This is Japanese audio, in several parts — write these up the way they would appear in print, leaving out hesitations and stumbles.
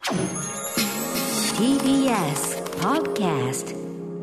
TBS Podcast。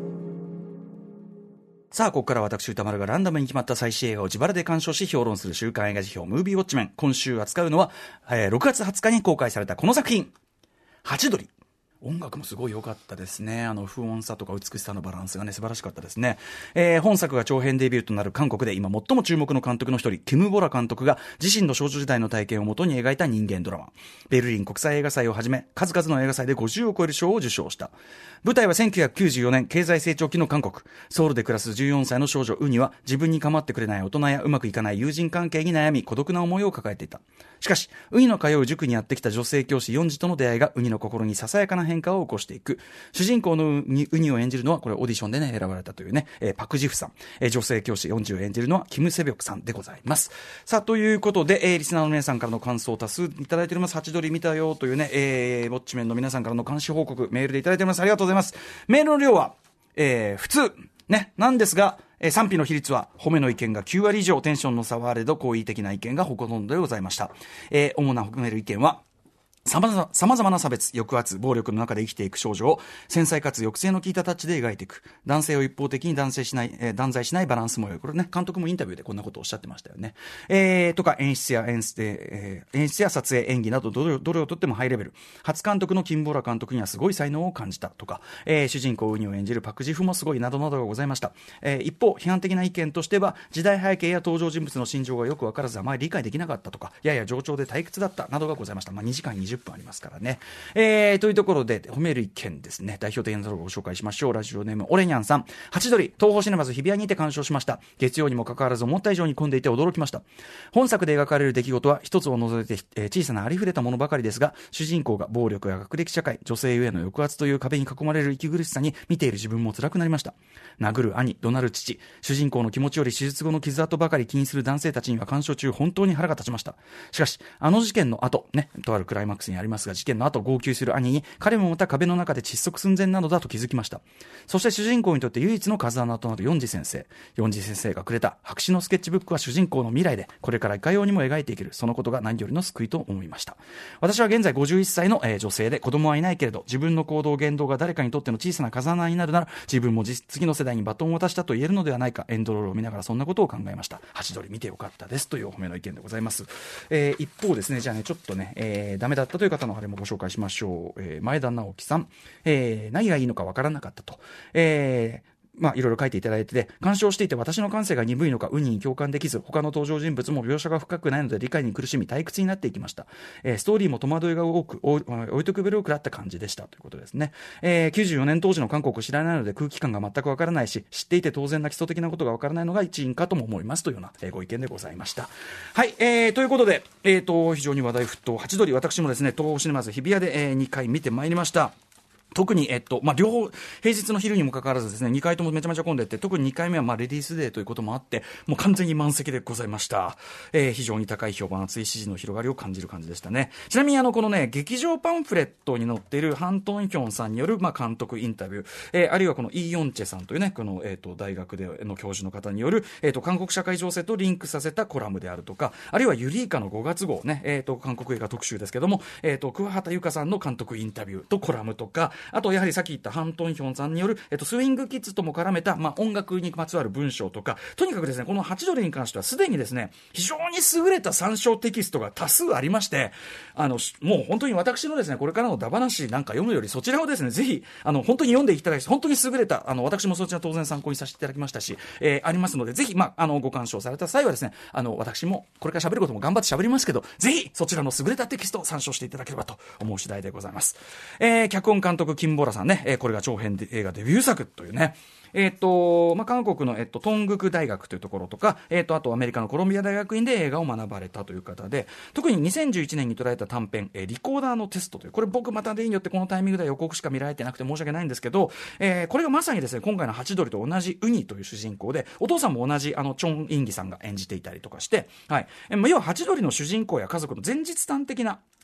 さあ、ここから私歌丸がランダムに決まった最新映画を自腹で鑑賞し評論する週刊映画辞表ムービーウォッチメン。今週扱うのは、6月20日に公開されたこの作品、ハチドリ。音楽もすごい良かったですね。不穏さとか美しさのバランスがね、素晴らしかったですね。本作が長編デビューとなる韓国で今最も注目の監督の一人、キム・ボラ監督が自身の少女時代の体験をもとに描いた人間ドラマ。ベルリン国際映画祭をはじめ、数々の映画祭で50を超える賞を受賞した。舞台は1994年、経済成長期の韓国。ソウルで暮らす14歳の少女ウニは、自分に構ってくれない大人やうまくいかない友人関係に悩み、孤独な思いを抱えていた。しかし、ウニの通う塾にやってきた女性教師ヨンジとの出会いがウニの心にささやかな変化を起こしていく。主人公のウニを演じるのは、これオーディションでね、選ばれたというね、パクジフさん。女性教師ヨンジを演じるのはキムセビョクさんでございます。さあ、ということで、リスナーの皆さんからの感想を多数いただいております。ハチドリ見たよというね、ウォッチメンの皆さんからの監視報告、メールでいただいております。ありがとうございます。メールの量は、普通、ね、なんですが、賛否の比率は褒めの意見が9割以上、テンションの差はあれど好意的な意見がほとんどでございました。主な褒める意見は、様々な差別、抑圧、暴力の中で生きていく少女を繊細かつ抑制の効いたタッチで描いていく。男性を一方的に断罪しないバランスも良い。これね、監督もインタビューでこんなことをおっしゃってましたよね。とか演出や撮影、演技などどれをとってもハイレベル。初監督のキム・ボラ監督にはすごい才能を感じたとか、主人公ウニを演じるパクジフもすごいなどなどがございました。一方、批判的な意見としては、時代背景や登場人物の心情がよくわからずあまり理解できなかったとか、やや冗長で退屈だったなどがございました。2時間20分ありますからね。というところで褒める意見ですね。代表的なところをご紹介しましょう。ラジオネームオレニャンさん。ハチドリ、東宝シネマズ日比谷にて鑑賞しました。月曜にもかかわらず思った以上に混んでいて驚きました。本作で描かれる出来事は一つを除いて、小さなありふれたものばかりですが、主人公が暴力や学歴社会、女性ゆえの抑圧という壁に囲まれる息苦しさに見ている自分も辛くなりました。殴る兄、怒鳴る父、主人公の気持ちより手術後の傷跡ばかり気にする男性たちには鑑賞中本当に腹が立ちました。しかし、事件の後、ね、とあるクライマックスにありますが、事件の後号泣する兄に、彼もまた壁の中で窒息寸前なのだと気づきました。そして主人公にとって唯一の風穴となるヨンジ先生がくれた白紙のスケッチブックは主人公の未来で、これからいかようにも描いていける。そのことが何よりの救いと思いました。私は現在51歳の、女性で子供はいないけれど、自分の行動言動が誰かにとっての小さな風穴になるなら、自分も次の世代にバトンを渡したと言えるのではないか。エンドロールを見ながらそんなことを考えました。ハチドリ見てよかったですというお褒めの意見でございます。一方ですね、じゃあね、ちょっとね、ダメだったという方のあれもご紹介しましょう。前田直樹さん、何がいいのかわからなかったと、いろいろ書いていただいてて、鑑賞していて私の感性が鈍いのかウニに共感できず、他の登場人物も描写が深くないので理解に苦しみ退屈になっていきました。ストーリーも戸惑いが多く置いとくべるを食らった感じでしたということですね。94年当時の韓国を知らないので空気感が全くわからないし、知っていて当然な基礎的なことがわからないのが一因かとも思いますというような、ご意見でございました。はい、ということで、非常に話題沸騰、ハチドリ、私もですね、東宝シネマズ日比谷で、2回見てまいりました。特に、両方、平日の昼にもかかわらずですね、2回ともめちゃめちゃ混んでて、特に2回目はレディースデーということもあって、もう完全に満席でございました。非常に高い評判、熱い支持の広がりを感じる感じでしたね。ちなみにこのね、劇場パンフレットに載っているハン・トンヒョンさんによる、監督インタビュー、あるいはこのイ・ヨンチェさんというね、この、大学での教授の方による、韓国社会情勢とリンクさせたコラムであるとか、あるいはユリイカの5月号ね、韓国映画特集ですけども、桑畑由香さんの監督インタビューとコラムとか、あとやはりさっき言ったハン・トンヒョンさんによる、スイングキッズとも絡めた、音楽にまつわる文章とか、とにかくですね、このハチドリに関してはすでにですね、非常に優れた参照テキストが多数ありまして、もう本当に私のですね、これからのダ話なんか読むよりそちらをですね、ぜひ本当に読んでいただき、本当に優れた、私もそちら当然参考にさせていただきましたし、ありますので、ぜひご鑑賞された際はですね、私もこれから喋ることも頑張って喋りますけど、ぜひそちらの優れたテキストを参照していただければと思う次第でございます。脚本監督キム・ボラさんね、これが長編映画デビュー作というね、韓国の、トングク大学というところとか、あとアメリカのコロンビア大学院で映画を学ばれたという方で、特に2011年に捉えた短編、リコーダーのテストという、これ僕また例によってこのタイミングでは予告しか見られてなくて申し訳ないんですけど、これがまさにですね、今回のハチドリと同じウニという主人公で、お父さんも同じチョン・インギさんが演じていたりとかして、はい、要はハチドリの主人公や家族の前日譚的な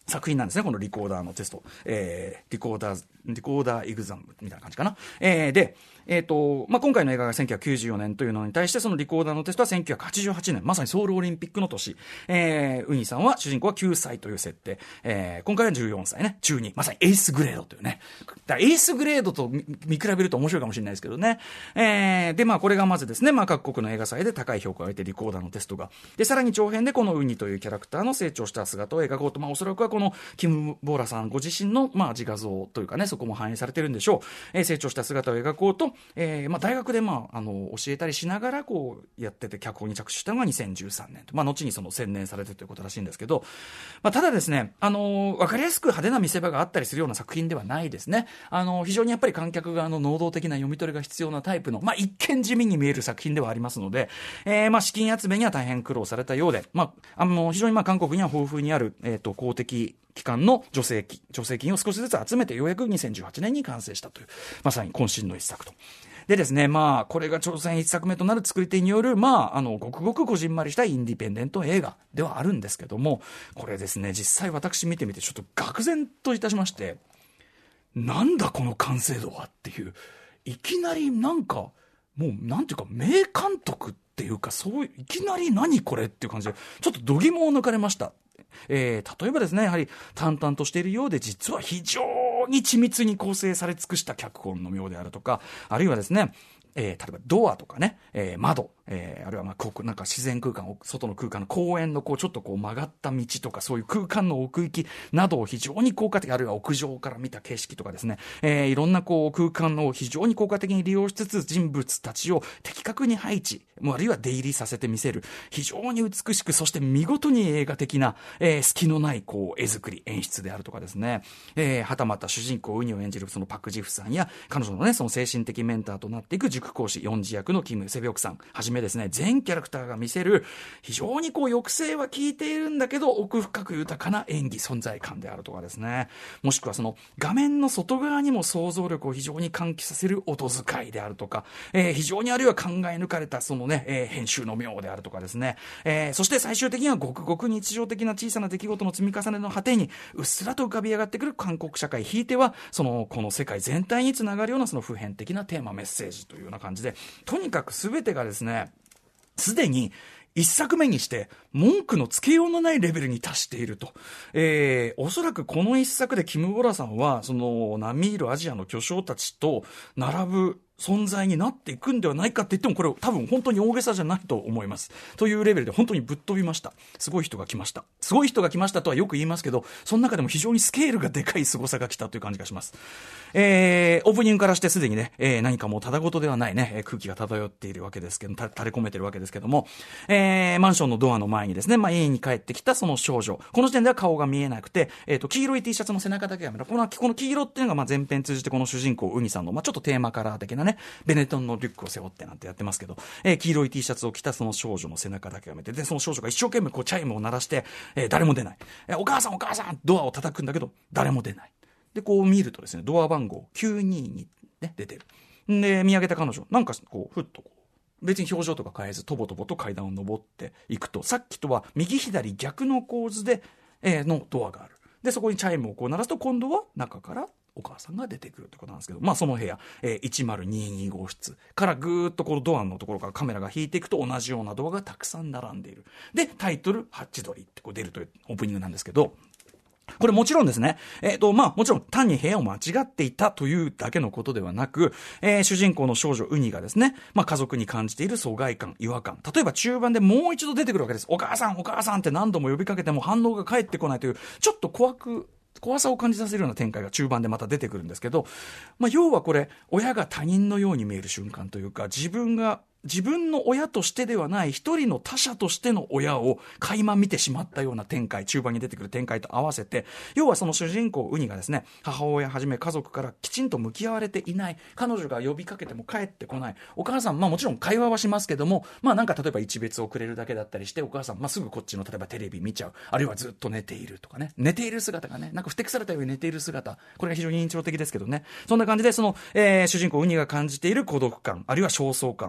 作品なんですね、このリコーダーのテスト。リコーダーエグザムみたいな感じかな。で、今回の映画が1994年というのに対して、そのリコーダーのテストは1988年、まさにソウルオリンピックの年。ウニさんは、主人公は9歳という設定。今回は14歳ね、中2。まさにエースグレードというね。だからエースグレードと見比べると面白いかもしれないですけどね。で、これがまずですね、各国の映画祭で高い評価を得て、リコーダーのテストが。で、さらに長編でこのウニというキャラクターの成長した姿を描こうと、おそらくはこのキム・ボーラさんご自身の、自画像というかね、そこも反映されてるんでしょう。成長した姿を描こうと、大学で教えたりしながらこうやってて脚本に着手したのが2013年と、後にその専念されてということらしいんですけど、ただですね、分かりやすく派手な見せ場があったりするような作品ではないですね。非常にやっぱり観客側の能動的な読み取りが必要なタイプの、一見地味に見える作品ではありますので、資金集めには大変苦労されたようで、非常に韓国には豊富にある、公的機関の助成金を少しずつ集めてようやく2018年に完成したという、まさに渾身の一作と。でですね、これが挑戦一作目となる作り手による、ごくごくこじんまりしたインディペンデント映画ではあるんですけども、これですね、実際私見てみてちょっと愕然といたしまして、なんだこの完成度はっていう、いきなりなんか、もうなんていうか名監督っていうか、いきなり何これっていう感じで、ちょっと度肝を抜かれました。例えばですね、やはり淡々としているようで実は非常に緻密に構成され尽くした脚本の妙であるとか、あるいはですね、例えばドアとかね、窓、あるいはなんか自然空間、外の空間の公園のちょっと曲がった道とか、そういう空間の奥行きなどを非常に効果的、あるいは屋上から見た景色とかですね、いろんな空間を非常に効果的に利用しつつ、人物たちを的確に配置、あるいは出入りさせてみせる、非常に美しく、そして見事に映画的な、隙のない絵作り、演出であるとかですね、はたまた主人公ウニを演じるそのパク・ジフさんや、彼女のね、その精神的メンターとなっていく塾講師、四次役のキム・セビョクさんはじめですね、全キャラクターが見せる非常に抑制は効いているんだけど奥深く豊かな演技、存在感であるとかですね、もしくはその画面の外側にも想像力を非常に喚起させる音遣いであるとか、非常にあるいは考え抜かれたそのね、編集の妙であるとかですね、そして最終的にはごくごく日常的な小さな出来事の積み重ねの果てにうっすらと浮かび上がってくる韓国社会、ひいてはこの世界全体につながるようなその普遍的なテーマ、メッセージというような感じで、とにかく全てがですね、すでに一作目にして文句のつけようのないレベルに達していると。おそらくこの一作でキム・ボラさんはその並みいるアジアの巨匠たちと並ぶ存在になっていくんではないかって言っても、これ多分本当に大げさじゃないと思いますというレベルで本当にぶっ飛びました。すごい人が来ました。すごい人が来ましたとはよく言いますけど、その中でも非常にスケールがでかい凄さが来たという感じがします。オープニングからしてすでにね、何かもうただごとではないね、空気が漂っているわけですけど、垂れ込めてるわけですけども、マンションのドアの前にですね、家に帰ってきたその少女、この時点では顔が見えなくて、黄色い T シャツの背中だけが見える。この黄色っていうのが前編通じてこの主人公ウニさんのちょっとテーマカラー的なね、ベネトンのリュックを背負ってなんてやってますけど、黄色い T シャツを着たその少女の背中だけが見えて、でその少女が一生懸命チャイムを鳴らして、誰も出ない、お母さんお母さんドアを叩くんだけど誰も出ない。で見るとですね、ドア番号922、ね、出てる。で見上げた彼女なんかふっと別に表情とか変えずとぼとぼと階段を上っていくと、さっきとは右左逆の構図で、のドアがある。でそこにチャイムを鳴らすと今度は中からお母さんが出てくるってことなんですけど、その部屋、1022号室からぐーっとドアのところからカメラが引いていくと同じようなドアがたくさん並んでいる。でタイトルハッチドリって出るというオープニングなんですけど、これもちろんですね、もちろん単に部屋を間違っていたというだけのことではなく、主人公の少女ウニがですね、家族に感じている疎外感、違和感、例えば中盤でもう一度出てくるわけです。お母さんお母さんって何度も呼びかけても反応が返ってこないというちょっと怖さを感じさせるような展開が中盤でまた出てくるんですけど、要はこれ親が他人のように見える瞬間というか、自分の親としてではない一人の他者としての親を垣間見てしまったような展開、中盤に出てくる展開と合わせて、要はその主人公ウニがですね、母親はじめ家族からきちんと向き合われていない、彼女が呼びかけても帰ってこない、お母さんもちろん会話はしますけども、なんか例えば一別をくれるだけだったりして、お母さんすぐこっちの例えばテレビ見ちゃう、あるいはずっと寝ているとかね、寝ている姿がね、なんかふてくされたように寝ている姿、これが非常に印象的ですけどね。そんな感じでその、主人公ウニが感じている孤独感、あるいは焦燥感、なん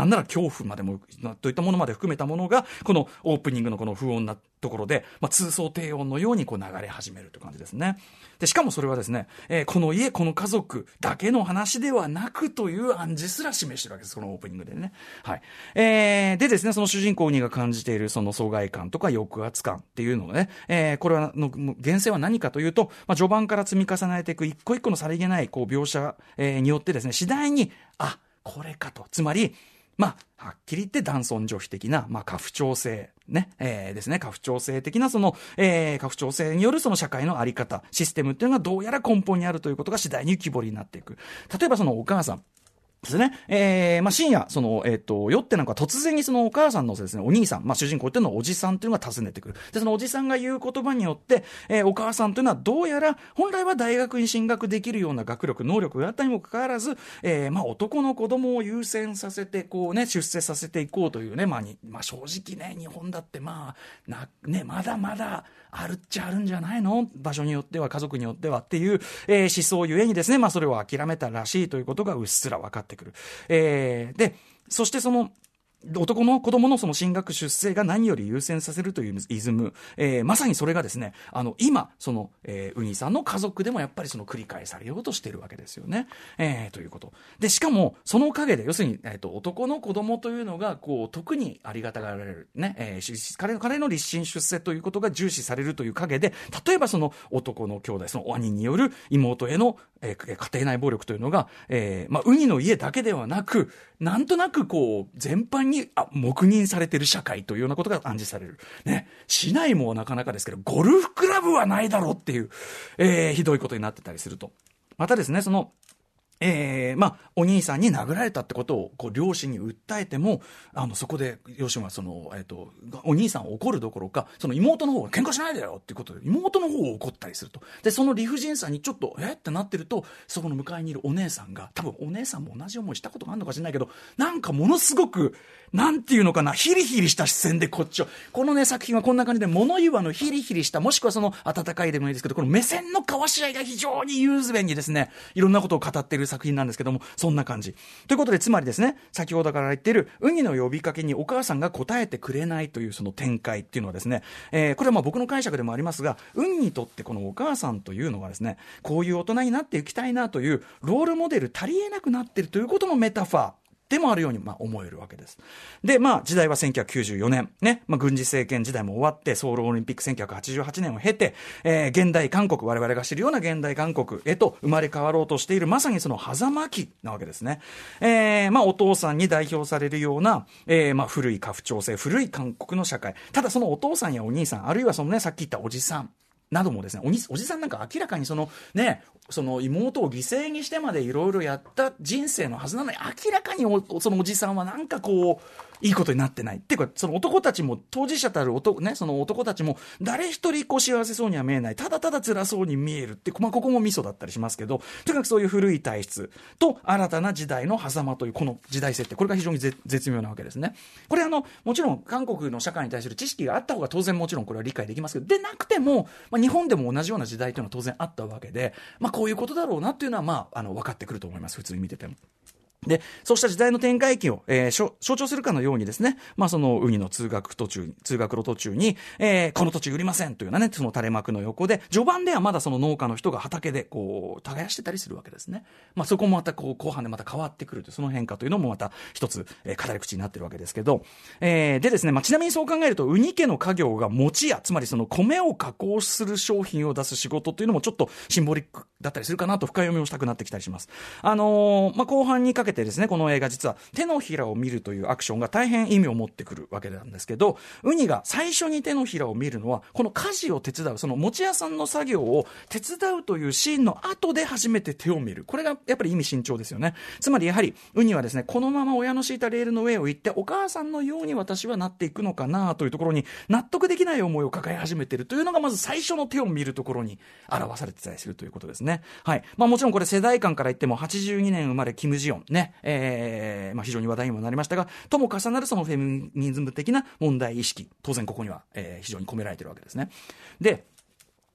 なんなら恐怖までもといったものまで含めたものがこのオープニングのこの不穏なところで、通奏低音のようにこう流れ始めるという感じですね。でしかもそれはですね、この家この家族だけの話ではなくという暗示すら示しているわけです、このオープニングでね。はい。でですね、その主人公にが感じているその疎外感とか抑圧感っていうのをね、これはの源泉は何かというと、序盤から積み重ねていく一個一個のさりげないこう描写、によってですね、次第にこれかと、つまりはっきり言って男尊女卑的な、家父長制ね、ですね、家父長制的なその、家父長制によるその社会のあり方、システムっていうのがどうやら根本にあるということが次第に浮き彫りになっていく。例えばそのお母さんですね。深夜、酔ってなんか突然にそのお母さんのですね、お兄さん、主人公っていうのはおじさんっていうのが訪ねてくる。で、そのおじさんが言う言葉によって、お母さんというのはどうやら、本来は大学に進学できるような学力、能力があったにもかかわらず、男の子供を優先させて、こうね、出世させていこうというね、正直ね、日本だって、まだまだ、あるっちゃあるんじゃないの？場所によっては、家族によってはっていう、思想ゆえにですね、それを諦めたらしいということがうっすら分かってくる。で、そしてその、男の子供のその進学出世が何より優先させるというイズム、まさにそれがですね、今その、ウニさんの家族でもやっぱりその繰り返されようとしているわけですよね、ということで、しかもそのおかげで要するに、男の子供というのがこう特にありがたがられるね、彼の立身出世ということが重視されるという陰で、例えばその男の兄弟、その兄による妹への、家庭内暴力というのが、ウニの家だけではなく、なんとなくこう全般に黙認されている社会というようなことが暗示される。ね。市内もなかなかですけど、ゴルフクラブはないだろうっていう、ひどいことになってたりすると。またですね、その、お兄さんに殴られたってことをこう両親に訴えても、そこで両親はその、お兄さんを怒るどころか、その妹の方が喧嘩しないでよっていうことで妹の方を怒ったりすると。でその理不尽さにちょっとってなってると、そこの向かいにいるお姉さんが、多分お姉さんも同じ思いしたことがあるのかしれないけど、なんかものすごくなんていうのかな、ヒリヒリした視線でこっちを、このね作品はこんな感じで物言わぬヒリヒリした、もしくはその温かいでもいいですけど、この目線の交わし合いが非常に融通弁にですね、いろんなことを語っている作品なんですけども、そんな感じということで、つまりですね、先ほどから言っているウニの呼びかけにお母さんが答えてくれないというその展開っていうのはですね、これは僕の解釈でもありますが、ウニにとってこのお母さんというのはですね、こういう大人になっていきたいなというロールモデル足りえなくなっているということのメタファーでもあるように思えるわけです。で、時代は1994年ね、軍事政権時代も終わって、ソウルオリンピック1988年を経て、現代韓国、我々が知るような現代韓国へと生まれ変わろうとしている、まさにその狭間期なわけですね。お父さんに代表されるような、古い家父長制、古い韓国の社会。ただそのお父さんやお兄さん、あるいはそのね、さっき言ったおじさんなどもですね、おじさんなんか明らかにその妹を犠牲にしてまでいろいろやった人生のはずなのに、明らかにそのおじさんはなんかこういいことになってないっていうか、その男たちも当事者たるその男たちも誰一人こう幸せそうには見えない、ただただ辛そうに見えるって、ここもミソだったりしますけど、とにかくそういう古い体質と新たな時代の狭間というこの時代設定、これが非常に絶妙なわけですね。これもちろん韓国の社会に対する知識があった方が当然もちろんこれは理解できますけど、でなくても、日本でも同じような時代というのは当然あったわけで、こういうことだろうなっていうのは分かってくると思います、普通に見てても。で、そうした時代の展開期を、象徴するかのようにですね、そのウニの通学路途中に、この土地売りませんというようなね、その垂れ幕の横で、序盤ではまだその農家の人が畑でこう耕してたりするわけですね。そこもまたこう後半でまた変わってくるという、その変化というのもまた一つ、語り口になっているわけですけど、でですね、ちなみにそう考えると、ウニ家の家業が餅屋、つまりその米を加工する商品を出す仕事というのもちょっとシンボリックだったりするかなと深読みをしたくなってきたりします。後半にかけてですね、この映画実は手のひらを見るというアクションが大変意味を持ってくるわけなんですけど、ウニが最初に手のひらを見るのはこの家事を手伝う、その餅屋さんの作業を手伝うというシーンの後で初めて手を見る。これがやっぱり意味深長ですよね。つまりやはりウニはですね、このまま親の敷いたレールの上を行ってお母さんのように私はなっていくのかなというところに納得できない思いを抱え始めているというのが、まず最初の手を見るところに表されてたりするということですね。はい。もちろんこれ世代間から言っても82年生まれキム・ジヨンね、非常に話題にもなりましたが、とも重なるそのフェミニズム的な問題意識、当然ここには、非常に込められているわけですね。で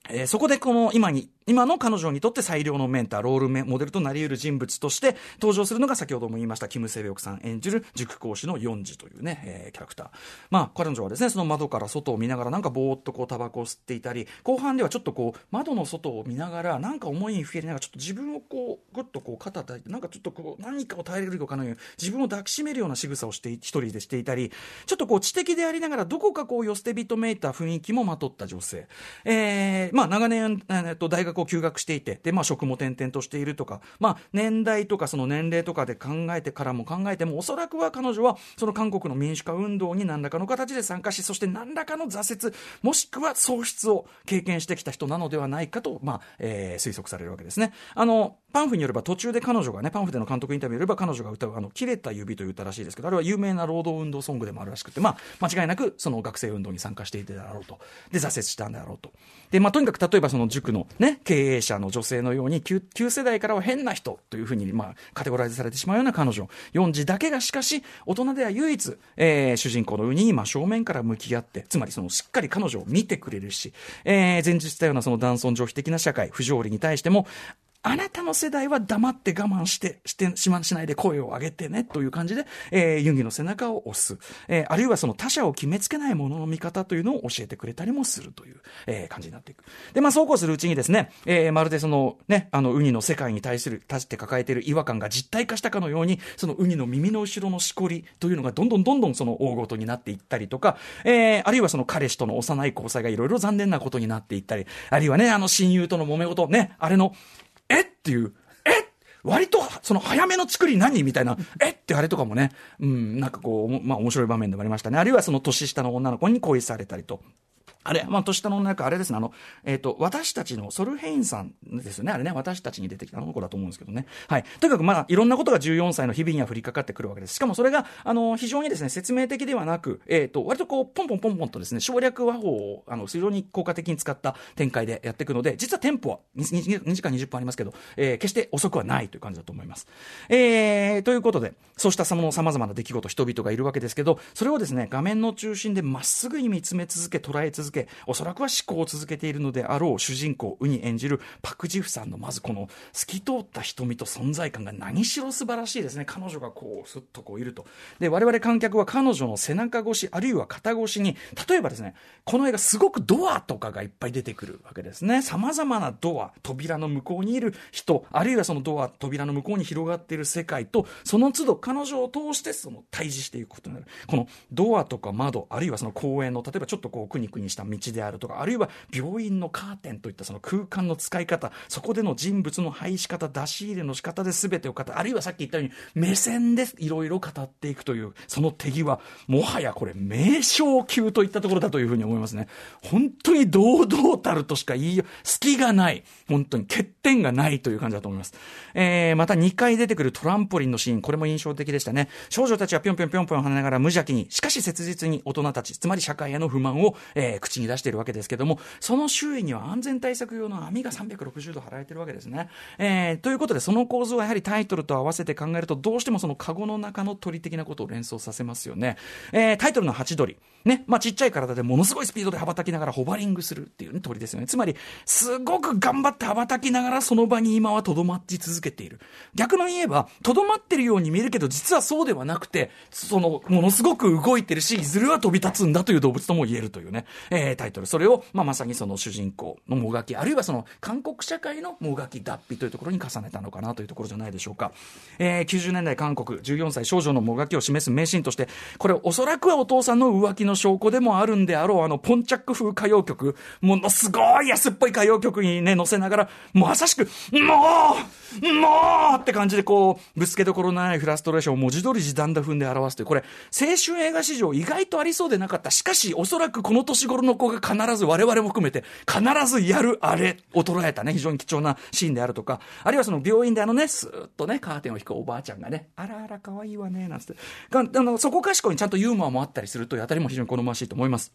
そこでこの今の彼女にとって最良のメンター、ロールモデルとなり得る人物として登場するのが先ほども言いましたキム・セビョクさん演じる塾講師のヨンジというね、キャラクター。まあ彼女はですね、その窓から外を見ながらなんかぼーっとこうタバコを吸っていたり、後半ではちょっとこう窓の外を見ながらなんか思いにふけりながらちょっと自分をこうグッとこう肩抱いてなんかちょっとこう何かを耐えれるかのように自分を抱きしめるような仕草を一人でしていたり、ちょっとこう知的でありながらどこかこう寄捨て人めいた雰囲気もまとった女性。まあ長年大学を休学していて、でまあ職も転々としているとか、まあ年代とかその年齢とかで考えてもおそらくは彼女はその韓国の民主化運動に何らかの形で参加し、そして何らかの挫折もしくは喪失を経験してきた人なのではないかと、まあ推測されるわけですね。パンフによれば途中で彼女がね、パンフでの監督インタビューによれば彼女が歌う切れた指という歌らしいですけど、あれは有名な労働運動ソングでもあるらしくて、まあ間違いなくその学生運動に参加していただろうと、で挫折したんだろうと。でまあとにかく例えばその塾のね経営者の女性のように旧世代からは変な人というふうにまあカテゴライズされてしまうような彼女ヨンジだけがしかし大人では唯一、主人公のウニにまあ正面から向き合って、つまりそのしっかり彼女を見てくれるし、前述したようなその男尊女卑的な社会不条理に対しても、あなたの世代は黙って我慢しないで声を上げてねという感じで、ユンギの背中を押す、あるいはその他者を決めつけないものの見方というのを教えてくれたりもするという、感じになっていく。でまあそうこうするうちにですね、まるでそのねウニの世界に対して抱えている違和感が実体化したかのように、そのウニの耳の後ろのしこりというのがどんどんその大ごとになっていったりとか、あるいはその彼氏との幼い交際がいろいろ残念なことになっていったり、あるいはね親友との揉め事ね、あれのっていう割とその早めの作り何みたいなってあれとかもね、なんかこうまあ面白い場面でもありましたね。あるいはその年下の女の子に恋されたりと。あれ、まあ、年下の女の子、あれですね、私たちのソルヘインさんですよね、あれね、私たちに出てきたあの子だと思うんですけどね。はい。とにかく、まあ、いろんなことが14歳の日々には降りかかってくるわけです。しかもそれが、非常にですね、説明的ではなく、割とこう、ポンポンとですね、省略和法を、非常に効果的に使った展開でやっていくので、実はテンポは2時間20分ありますけど、決して遅くはないという感じだと思います。ということで、そうした様々な出来事、人々がいるわけですけど、それをですね、画面の中心でまっすぐに見つめ続け、捉え続け、おそらくは思考を続けているのであろう主人公ウニ演じるパクジフさんのまずこの透き通った瞳と存在感が何しろ素晴らしいですね。彼女がこうスッとこういると。で我々観客は彼女の背中越しあるいは肩越しに、例えばですね、この映画すごくドアとかがいっぱい出てくるわけですね。様々なドア、扉の向こうにいる人、あるいはそのドア、扉の向こうに広がっている世界と、その都度彼女を通してその対峙していくことになる。このドアとか窓、あるいはその公園の例えばちょっとこうクニクニした道であるとか、あるいは病院のカーテンといったその空間の使い方、そこでの人物の配し方、出し入れの仕方で全てをあるいはさっき言ったように目線でいろいろ語っていくというその手際、もはやこれ名将級といったところだというふうに思いますね。本当に堂々たるとしか言いよう、隙がない、本当に欠点がないという感じだと思います。また2回出てくるトランポリンのシーン、これも印象的でしたね。少女たちはぴょんぴょん跳ねながら無邪気に、しかし切実に大人たち、つまり社会への不満を、口に出しているわけですけども、その周囲には安全対策用の網が360度張られているわけですね。ということでその構図はやはりタイトルと合わせて考えるとどうしてもそのカゴの中の鳥的なことを連想させますよね。タイトルのハチドリね、まあ、ちっちゃい体でものすごいスピードで羽ばたきながらホバリングするっていう、ね、鳥ですよね。つまりすごく頑張って羽ばたきながらその場に今はとどまって続けている。逆の言えばとどまってるように見えるけど実はそうではなくて、そのものすごく動いてるし、いずれは飛び立つんだという動物とも言えるというね、タイトル。それを、まあ、まさにその主人公のもがき、あるいはその韓国社会のもがき脱皮というところに重ねたのかなというところじゃないでしょうか。90年代韓国14歳少女のもがきを示す名シーンとして、これおそらくはお父さんの浮気の証拠でもあるんであろうポンチャック風歌謡曲、ものすごい安っぽい歌謡曲にね乗せながら、まさしくもうって感じでこうぶつけどころのないフラストレーションを文字通り時短打踏んで表すという、これ青春映画史上意外とありそうでなかった。しかしおそらくこの年頃の子が必ず我々も含めて必ずやるあれを捉えたね、非常に貴重なシーンであるとか、あるいはその病院でねスーッとねカーテンを引くおばあちゃんがね、あらあら可愛いわねなんつって、そこかしこにちゃんとユーモアもあったりするというあたりも非常に好ましいと思います。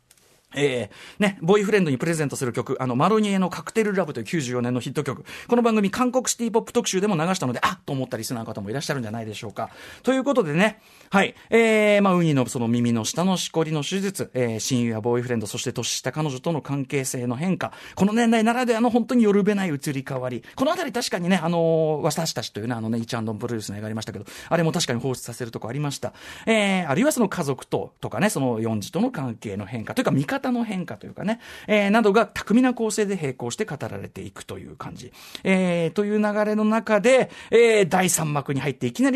ボーイフレンドにプレゼントする曲、マロニエのカクテルラブという94年のヒット曲。この番組、韓国シティポップ特集でも流したので、と思ったリスナーの方もいらっしゃるんじゃないでしょうか。ということでね、はい。ウニのその耳の下のしこりの手術、親友やボーイフレンド、そして年下彼女との関係性の変化。この年代ならではの本当によるべない移り変わり。このあたり確かにね、私たちというね、イチャンドンプロデュースの映画ありましたけど、あれも確かに放出させるとこありました。あるいはその家族とかね、その四児との関係の変化というか、見方の変化というかね、などが巧みな構成で並行して語られていくという感じ。という流れの中で、第3幕に入っていきなり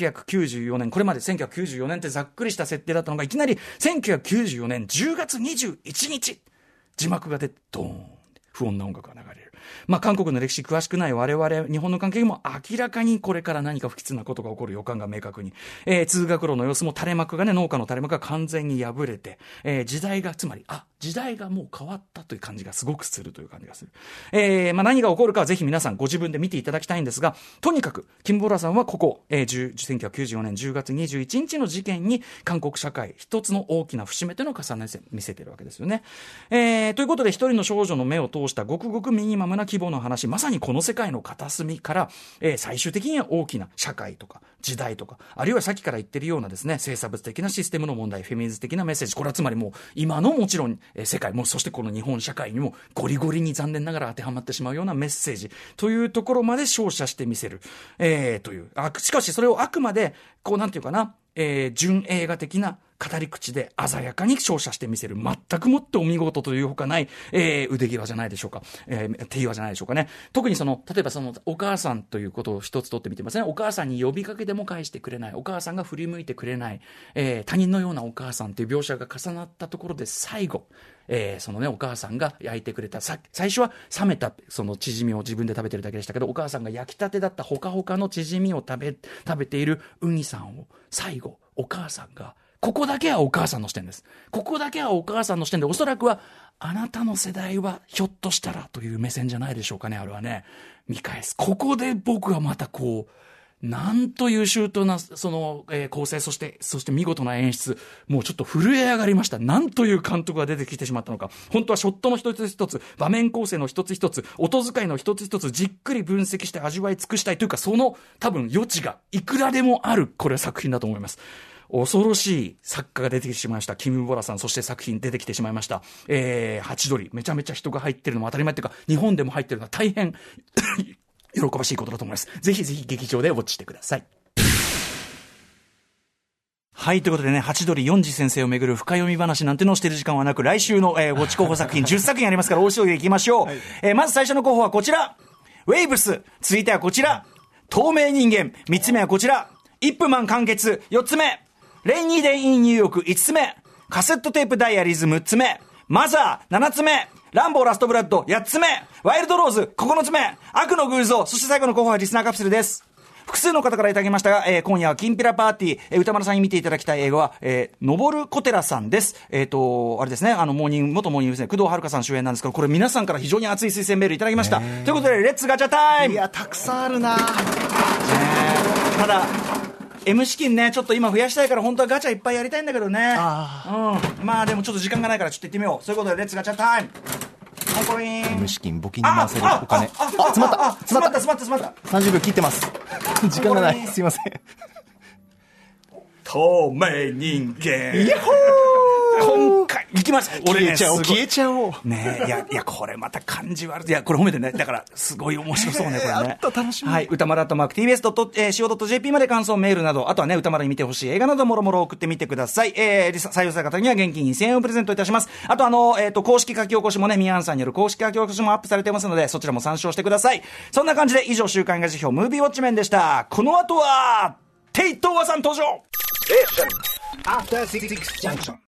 1994年、これまで1994年ってざっくりした設定だったのが、いきなり1994年10月21日、字幕が出て、ドーン、不穏な音楽が流れる。韓国の歴史詳しくない我々、日本の関係も明らかにこれから何か不吉なことが起こる予感が明確に。通学路の様子も垂れ幕がね、農家の垂れ幕が完全に破れて、時代が、つまり、時代がもう変わったという感じがすごくするという感じがする。何が起こるかはぜひ皆さんご自分で見ていただきたいんですが、とにかく、キム・ボラさんはここ、1994年10月21日の事件に韓国社会一つの大きな節目というのを重ねて見せているわけですよね。ということで、一人の少女の目を通したごくごくミニマムな規模の話、まさにこの世界の片隅から、最終的には大きな社会とか時代とか、あるいはさっきから言ってるようなですね、生産物的なシステムの問題、フェミニズム的なメッセージ、これはつまりもう今のもちろん、世界もそしてこの日本社会にもゴリゴリに残念ながら当てはまってしまうようなメッセージというところまで照射してみせる、という。しかしそれをあくまでこうなんていうかな、純映画的な語り口で鮮やかに照射してみせる、全くもってお見事というほかない、腕際じゃないでしょうか、手際じゃないでしょうかね。特に例えばお母さんということを一つ取ってみてますね。お母さんに呼びかけても返してくれない、お母さんが振り向いてくれない、他人のようなお母さんという描写が重なったところで最後、お母さんが焼いてくれた、最初は冷めたそのチヂミを自分で食べてるだけでしたけど、お母さんが焼きたてだったほかほかのチヂミを食べているウニさんを最後お母さんが、ここだけはお母さんの視点です。ここだけはお母さんの視点で、おそらくはあなたの世代はひょっとしたらという目線じゃないでしょうかね。あれはね、見返す。ここで僕はまたこう、なんという周到な構成、そして見事な演出、もうちょっと震え上がりました。なんという監督が出てきてしまったのか。本当はショットの一つ一つ、場面構成の一つ一つ、音遣いの一つ一つ、じっくり分析して味わい尽くしたいというか、その多分余地がいくらでもある、これは作品だと思います。恐ろしい作家が出てきてしまいました。キム・ボラさん、そして作品出てきてしまいました。ハチドリ、めちゃめちゃ人が入ってるのも当たり前っていうか、日本でも入ってるのは大変喜ばしいことだと思います。ぜひぜひ劇場でウォッチしてください。はい、ということでね、ハチドリ四次先生をめぐる深読み話なんてのをしている時間はなく、来週の、ウォッチ候補作品10作品ありますから、大急ぎでいきましょう。はい、まず最初の候補はこちら、ウェイブス。続いてはこちら、透明人間。3つ目はこちら、イップマン完結。4つ目、レイニーデイインニューヨーク。5つ目、カセットテープダイアリーズ。6つ目、マザー。7つ目、ランボーラストブラッド。8つ目、ワイルドローズ。9つ目、悪の偶像。そして最後の候補はリスナーカプセルです。複数の方からいただきましたが、今夜はキンピラパーティー、歌丸さんに見ていただきたい映画は、のぼる小寺さんです。あれですね、元モーニング娘。工藤遥さん主演なんですけど、これ皆さんから非常に熱い推薦メールいただきました。ということで、レッツガチャタイム。 いや、たくさんあるな。 ただ、M 資金ね、ちょっと今増やしたいから本当はガチャいっぱいやりたいんだけどね。まあでもちょっと時間がないからちょっと行ってみよう。そういうことでレッツガチャタイム。コリン。 無資金募金に回せるお金。詰まった。30秒切ってます。時間がない。すいません。 透明人間。 イヤホー。 今回行きます。 俺ね、消えちゃおう。 ねいやこれまた感じ悪い。いやこれ褒めてね。だからすごい面白そうねこれね。 楽しみ。 はい。歌丸@tbs.co.jp まで感想メールなど、あとはね歌丸に見てほしい映画などもろもろ送ってみてください。採用された方には現金2000円をプレゼントいたします。あと公式書き起こしもね、ミヤンさんによる公式書き起こしもアップされてますので、そちらも参照してください。そんな感じで以上週刊映画辞表ムービーウォッチメンでした。この後はテイトーワさん登場。 After 66 junction.